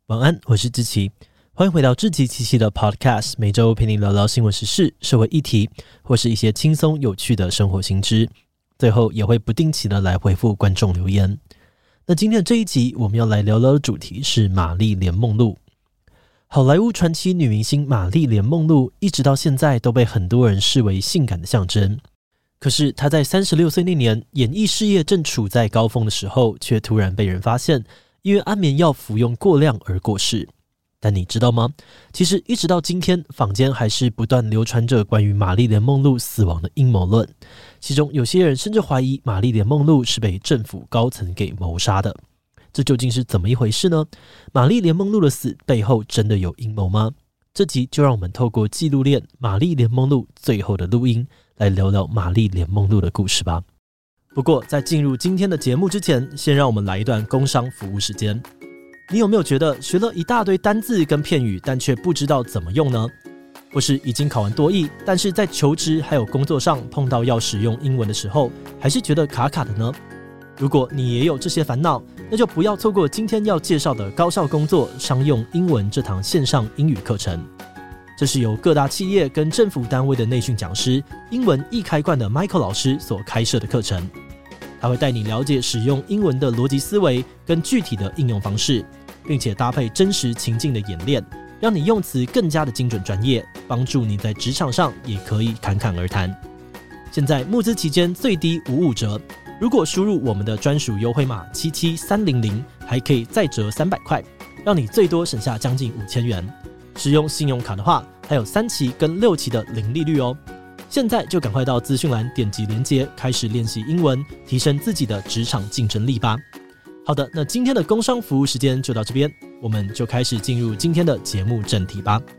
晚安，我是志祺，欢迎回到志祺七七的 Podcast， 每周陪你聊聊新闻时事、社会议题，或是一些轻松有趣的生活新知。最后也会不定期的来回复观众留言。那今天的这一集，我们要来聊聊的主题是玛丽莲梦露。好莱坞传奇女明星玛丽莲梦露，一直到现在都被很多人视为性感的象征。可是她在36岁那年，演艺事业正处在高峰的时候，却突然被人发现因为安眠药服用过量而过世。但你知道吗？其实一直到今天，坊间还是不断流传着关于玛丽莲梦露死亡的阴谋论，其中有些人甚至怀疑玛丽莲梦露是被政府高层给谋杀的。这究竟是怎么一回事呢？玛丽莲梦露的死背后真的有阴谋吗？这集就让我们透过纪录片《玛丽莲梦露最后的录音》来聊聊玛丽莲梦露的故事吧。不过在进入今天的节目之前，先让我们来一段工商服务时间。你有没有觉得学了一大堆单字跟片语，但却不知道怎么用呢？或是已经考完多益，但是在求职还有工作上碰到要使用英文的时候，还是觉得卡卡的呢？如果你也有这些烦恼，那就不要错过今天要介绍的高效工作商用英文这堂线上英语课程。这是由各大企业跟政府单位的内训讲师英文易开罐的 Michael 老师所开设的课程。他会带你了解使用英文的逻辑思维跟具体的应用方式，并且搭配真实情境的演练，让你用词更加的精准专业，帮助你在职场上也可以侃侃而谈。现在募资期间最低55折，如果输入我们的专属优惠码77300，还可以再折300块，让你最多省下将近5000元。使用信用卡的话，还有3期跟6期的零利率哦。现在就赶快到资讯栏点击连结，开始练习英文，提升自己的职场竞争力吧。好的，那今天的工商服务时间就到这边，我们就开始进入今天的节目正题吧。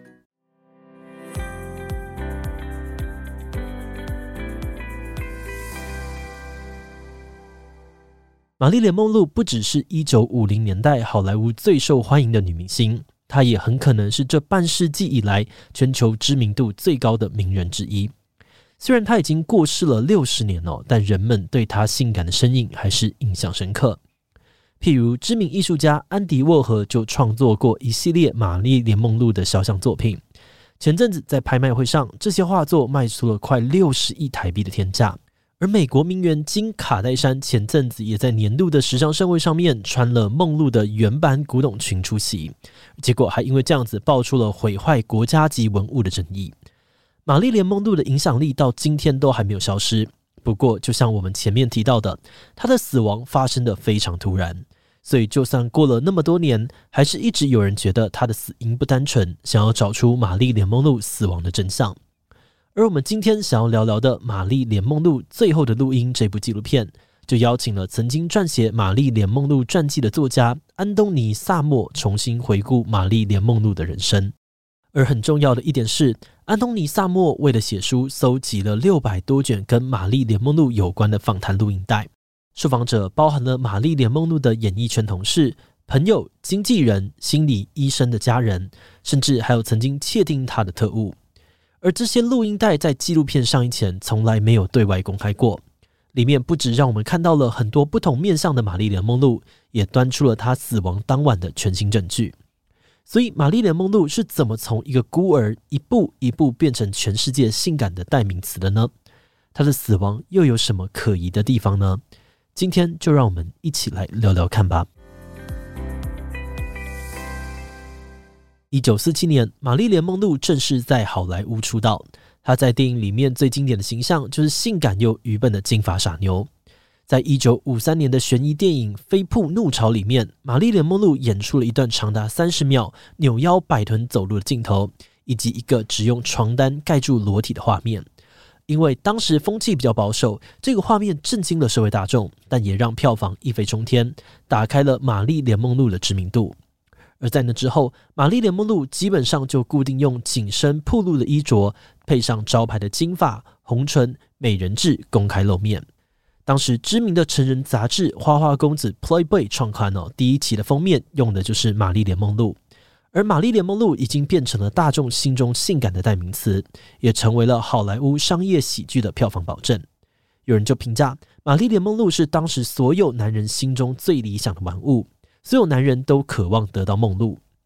玛丽莲梦露不只是1950年代好莱坞最受欢迎的女明星，她也很可能是这半世纪以来全球知名度最高的名人之一。虽然她已经过世了60年但人们对她性感的身影还是印象深刻。譬如知名艺术家安迪沃荷就创作过一系列玛丽莲梦露的肖像作品。前阵子在拍卖会上，这些画作卖出了快60亿台币的天价。而美国名媛金卡戴珊前阵子也在年度的时尚盛会上面穿了梦露的原版古董裙出席，结果还因为这样子爆出了毁坏国家级文物的争议。玛丽莲梦露的影响力到今天都还没有消失，不过就像我们前面提到的，她的死亡发生得非常突然，所以就算过了那么多年，还是一直有人觉得她的死因不单纯，想要找出玛丽莲梦露死亡的真相。而我们今天想要聊聊的《玛丽莲梦露最后的录音》这部纪录片，就邀请了曾经撰写玛丽莲梦露传记的作家安东尼·萨默重新回顾玛丽莲梦露的人生。而很重要的一点是，安东尼·萨默为了写书搜集了600多卷跟玛丽莲梦露有关的访谈录音带，受访者包含了玛丽莲梦露的演艺圈同事、朋友、经纪人、心理医生的家人，甚至还有曾经窃听她的特务。而这些录音带在纪录片上映前从来没有对外公开过，里面不只让我们看到了很多不同面向的玛丽莲梦露，也端出了她死亡当晚的全新证据。所以玛丽莲梦露是怎么从一个孤儿一步一步变成全世界性感的代名词的呢？她的死亡又有什么可疑的地方呢？今天就让我们一起来聊聊看吧。1947年，玛丽莲梦露正式在好莱坞出道。她在电影里面最经典的形象就是性感又愚笨的金发傻妞。在1953年的悬疑电影《飞瀑怒潮》里面，玛丽莲梦露演出了一段长达30秒扭腰摆臀走路的镜头，以及一个只用床单盖住裸体的画面。因为当时风气比较保守，这个画面震惊了社会大众，但也让票房一飞冲天，打开了玛丽莲梦露的知名度。而在那之后，玛丽莲梦露基本上就固定用紧身暴露的衣着，配上招牌的金发、红唇、美人痣公开露面。当时知名的成人杂志《花花公子》Playboy 创刊第一期的封面用的就是玛丽莲梦露。而玛丽莲梦露已经变成了大众心中性感的代名词，也成为了好莱坞商业喜剧的票房保证。有人就评价玛丽莲梦露是当时所有男人心中最理想的玩物，所有男人都渴望得到梦露。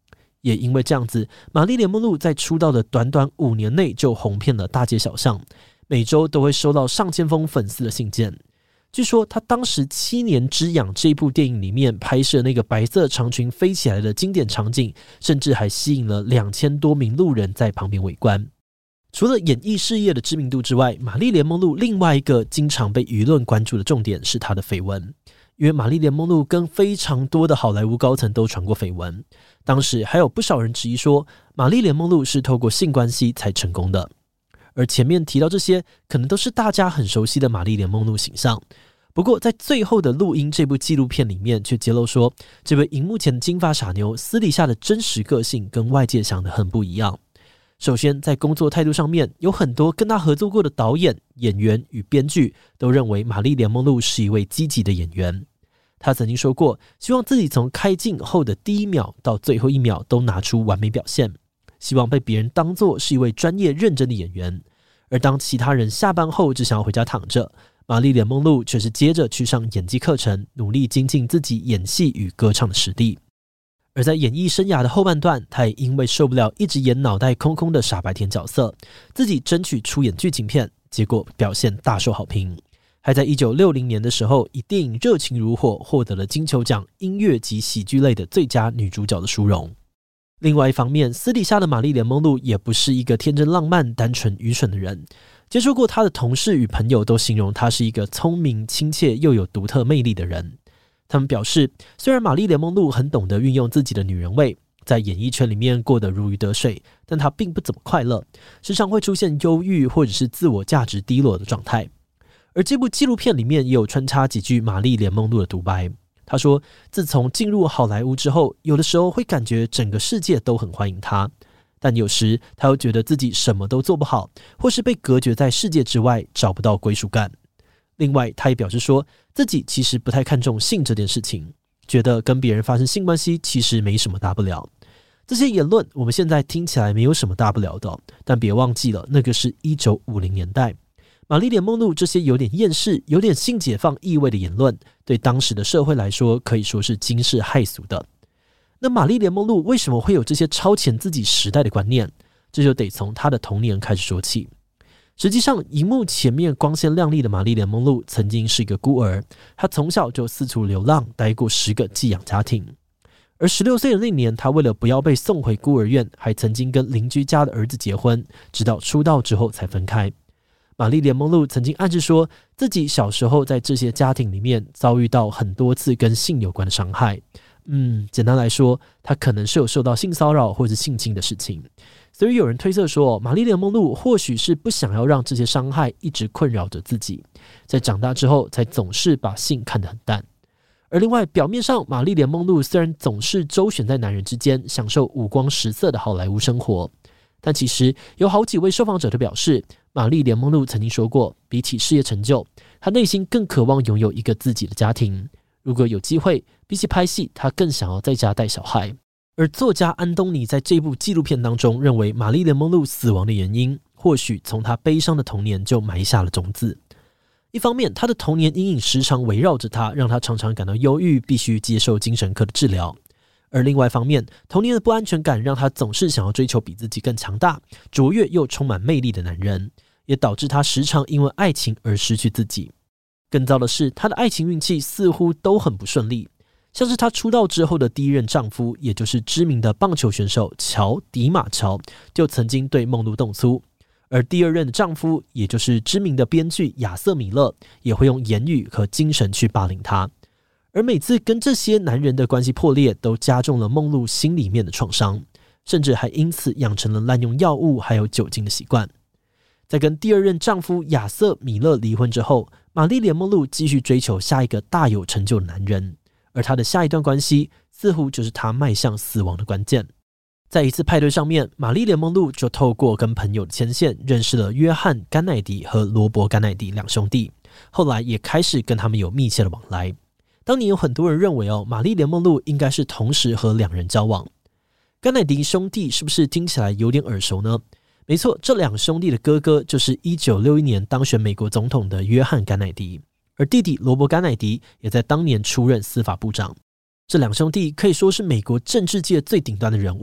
也因为这样子，玛丽莲梦露在出道的短短5年内就红遍了大街小巷，每周都会收到上千封粉丝的信件。据说她当时7年之痒这一部电影里面拍摄那个白色长裙飞起来的经典场景，甚至还吸引了2000多名路人在旁边围观。除了演艺事业的知名度之外，玛丽莲梦露另外一个经常被舆论关注的重点是她的绯闻。因为玛丽莲梦露跟非常多的好莱坞高层都传过绯闻，当时还有不少人质疑说玛丽莲梦露是透过性关系才成功的。而前面提到这些可能都是大家很熟悉的玛丽莲梦露形象，不过在最后的录音这部纪录片里面却揭露说，这位荧幕前的金发傻妞私底下的真实个性跟外界想的很不一样。首先在工作态度上面，有很多跟他合作过的导演、演员与编剧都认为玛丽莲梦露是一位积极的演员。他曾经说过，希望自己从开镜后的第1秒到最后1秒都拿出完美表现，希望被别人当作是一位专业认真的演员。而当其他人下班后只想要回家躺着，玛丽莲梦露却是接着去上演技课程，努力精进自己演戏与歌唱的实力。而在演艺生涯的后半段，他也因为受不了一直演脑袋空空的傻白甜角色，自己争取出演剧情片，结果表现大受好评。还在1960年的时候，以电影《热情如火》获得了金球奖音乐及喜剧类的最佳女主角的殊荣。另外一方面，私底下的玛丽莲梦露也不是一个天真浪漫、单纯愚蠢的人。接触过她的同事与朋友都形容她是一个聪明、亲切又有独特魅力的人。他们表示，虽然玛丽莲梦露很懂得运用自己的女人味，在演艺圈里面过得如鱼得水，但她并不怎么快乐，时常会出现忧郁或者是自我价值低落的状态。而这部纪录片里面也有穿插几句玛丽莲梦露的独白。她说，自从进入好莱坞之后，有的时候会感觉整个世界都很欢迎她，但有时她又觉得自己什么都做不好，或是被隔绝在世界之外，找不到归属感。另外，她也表示说，自己其实不太看重性这件事情，觉得跟别人发生性关系其实没什么大不了。这些言论我们现在听起来没有什么大不了的，但别忘记了，那个是1950年代。玛丽莲梦露这些有点厌世、有点性解放意味的言论，对当时的社会来说可以说是惊世骇俗的。那玛丽莲梦露为什么会有这些超前自己时代的观念？这就得从她的童年开始说起。实际上，荧幕前面光鲜亮丽的玛丽莲梦露曾经是一个孤儿，她从小就四处流浪，待过10个寄养家庭。而16岁的那年，她为了不要被送回孤儿院，还曾经跟邻居家的儿子结婚，直到出道之后才分开。玛丽莲梦露曾经暗示说，自己小时候在这些家庭里面遭遇到很多次跟性有关的伤害。简单来说，她可能是有受到性骚扰或是性侵的事情。所以有人推测说，玛丽莲梦露或许是不想要让这些伤害一直困扰着自己，在长大之后才总是把性看得很淡。而另外，表面上玛丽莲梦露虽然总是周旋在男人之间，享受五光十色的好莱坞生活，但其实有好几位受访者都表示，玛丽莲梦露曾经说过，比起事业成就，她内心更渴望拥有一个自己的家庭。如果有机会，比起拍戏，她更想要在家带小孩。而作家安东尼在这部纪录片当中认为，玛丽莲梦露死亡的原因，或许从她悲伤的童年就埋下了种子。一方面，她的童年阴影时常围绕着她，让她常常感到忧郁，必须接受精神科的治疗。而另外一方面，童年的不安全感让她总是想要追求比自己更强大、卓越又充满魅力的男人，也导致她时常因为爱情而失去自己。更糟的是，她的爱情运气似乎都很不顺利。像是她出道之后的第一任丈夫，也就是知名的棒球选手乔·迪马乔，就曾经对梦露动粗。而第二任的丈夫，也就是知名的编剧亚瑟·米勒，也会用言语和精神去霸凌她。而每次跟这些男人的关系破裂，都加重了梦露心里面的创伤，甚至还因此养成了滥用药物还有酒精的习惯。在跟第二任丈夫亚瑟·米勒离婚之后，玛丽莲梦露继续追求下一个大有成就的男人。而他的下一段关系似乎就是他迈向死亡的关键。在一次派对上面，玛丽莲梦露就透过跟朋友的牵线，认识了约翰·甘乃迪和罗伯·甘乃迪两兄弟，后来也开始跟他们有密切的往来。当年有很多人认为玛丽莲梦露应该是同时和两人交往。甘乃迪兄弟是不是听起来有点耳熟呢？没错，这两兄弟的哥哥就是1961年当选美国总统的约翰·甘乃迪。而弟弟罗伯·甘乃迪也在当年出任司法部长。这两兄弟可以说是美国政治界最顶端的人物，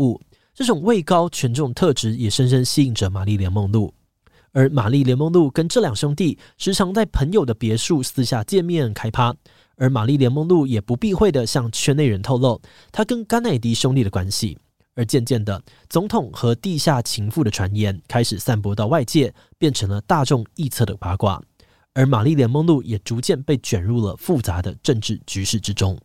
这种位高权重特质也深深吸引着玛丽莲梦露。而玛丽莲梦露跟这两兄弟时常在朋友的别墅私下见面开趴，而玛丽莲梦露也不避讳地向圈内人透露她跟甘乃迪兄弟的关系。而渐渐的，总统和地下情妇的传言开始散播到外界，变成了大众臆测的八卦。而玛丽莲梦露也逐渐被卷入了复杂的政治局势之中。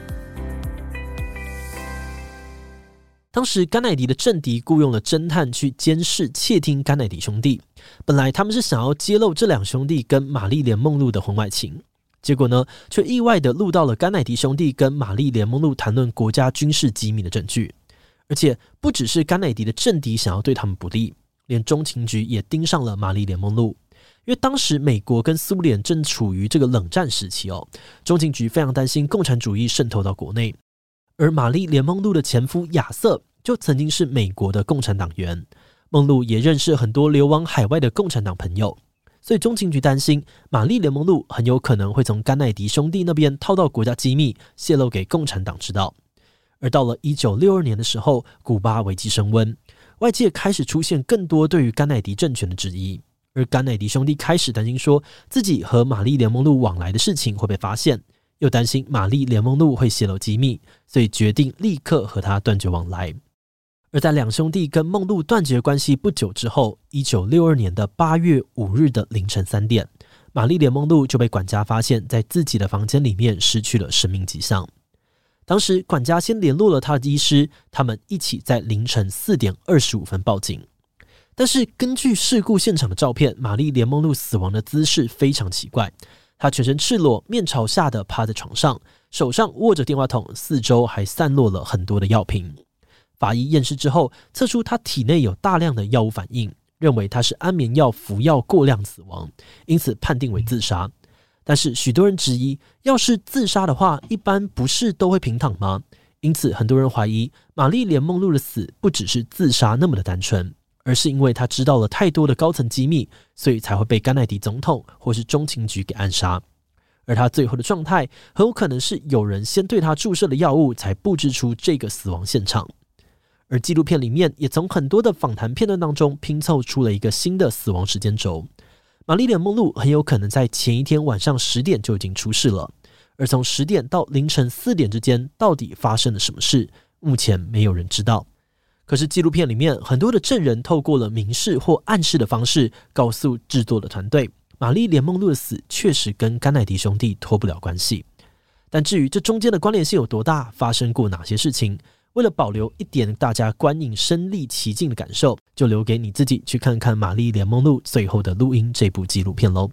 当时甘乃迪的政敌雇佣了侦探去监视窃听甘乃迪兄弟，本来他们是想要揭露这两兄弟跟玛丽莲梦露的婚外情，结果呢，却意外的录到了甘乃迪兄弟跟玛丽莲梦露谈论国家军事机密的证据。而且不只是甘乃迪的政敌想要对他们不利，连中情局也盯上了玛丽莲梦露。因为当时美国跟苏联正处于这个冷战时期中情局非常担心共产主义渗透到国内。而玛丽莲梦露的前夫亚瑟就曾经是美国的共产党员，梦露也认识很多流亡海外的共产党朋友，所以中情局担心玛丽莲梦露很有可能会从甘乃迪兄弟那边套到国家机密，泄露给共产党知道。而到了1962年的时候，古巴危机升温，外界开始出现更多对于甘乃迪政权的质疑，而甘乃迪兄弟开始担心说自己和玛丽莲梦露往来的事情会被发现，又担心玛丽莲梦露会泄露机密，所以决定立刻和他断绝往来。而在两兄弟跟梦露断绝关系不久之后，1962年的8月5日的凌晨3点，玛丽莲梦露就被管家发现在自己的房间里面失去了生命迹象。当时管家先联络了他的医师，他们一起在凌晨4点25分报警。但是根据事故现场的照片，玛丽莲梦露死亡的姿势非常奇怪，她全身赤裸，面朝下的趴在床上，手上握着电话筒，四周还散落了很多的药瓶。法医验尸之后，测出她体内有大量的药物反应，认为她是安眠药服药过量死亡，因此判定为自杀。但是许多人质疑，要是自杀的话，一般不是都会平躺吗？因此很多人怀疑玛丽莲梦露的死不只是自杀那么的单纯，而是因为她知道了太多的高层机密，所以才会被甘乃迪总统或是中情局给暗杀。而她最后的状态很有可能是有人先对她注射了药物，才布置出这个死亡现场。而纪录片里面也从很多的访谈片段当中拼凑出了一个新的死亡时间轴。玛丽莲梦露很有可能在前一天晚上10点就已经出事了，而从10点到凌晨4点之间到底发生了什么事，目前没有人知道。可是纪录片里面很多的证人透过了明示或暗示的方式告诉制作的团队，玛丽莲梦露的死确实跟甘乃迪兄弟脱不了关系。但至于这中间的关联性有多大，发生过哪些事情，为了保留一点大家观影身临其境的感受，就留给你自己去看看《玛丽莲梦露最后的录音》这部纪录片咯。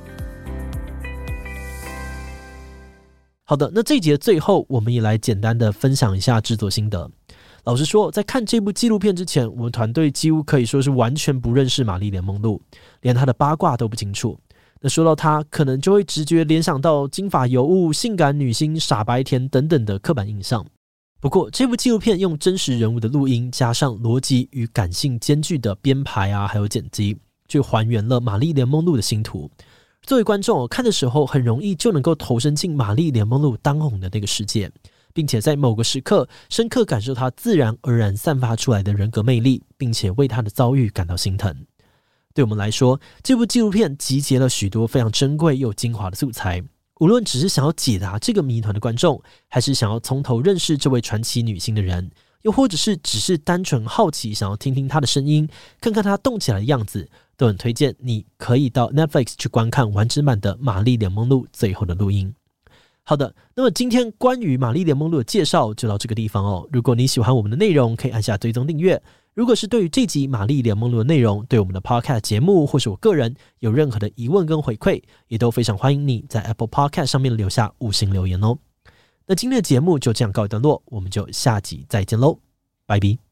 好的，那这一集的最后，我们也来简单的分享一下制作心得。老实说，在看这部纪录片之前，我们团队几乎可以说是完全不认识玛丽莲梦露，连她的八卦都不清楚。那说到她，可能就会直觉联想到金发尤物、性感女星、傻白甜等等的刻板印象。不过这部纪录片用真实人物的录音，加上逻辑与感性兼具的编排还有剪辑，去还原了玛丽莲梦露的星途。作为观众看的时候，很容易就能够投身进玛丽莲梦露当红的那个世界，并且在某个时刻深刻感受她自然而然散发出来的人格魅力，并且为她的遭遇感到心疼。对我们来说，这部纪录片集结了许多非常珍贵又精华的素材，无论只是想要解答这个谜团的观众，还是想要从头认识这位传奇女星的人，又或者是只是单纯好奇想要听听她的声音，看看她动起来的样子，都很推荐你可以到 Netflix 去观看完整版的《玛丽莲梦露最后的录音》。好的，那么今天关于玛丽莲梦露的介绍就到这个地方哦。如果你喜欢我们的内容，可以按下追踪订阅。如果是对于这集玛丽莲梦露的内容，对我们的 Podcast 节目或是我个人有任何的疑问跟回馈，也都非常欢迎你在 Apple Podcast 上面留下5星留言哦。那今天的节目就这样告一段落，我们就下集再见喽，拜拜。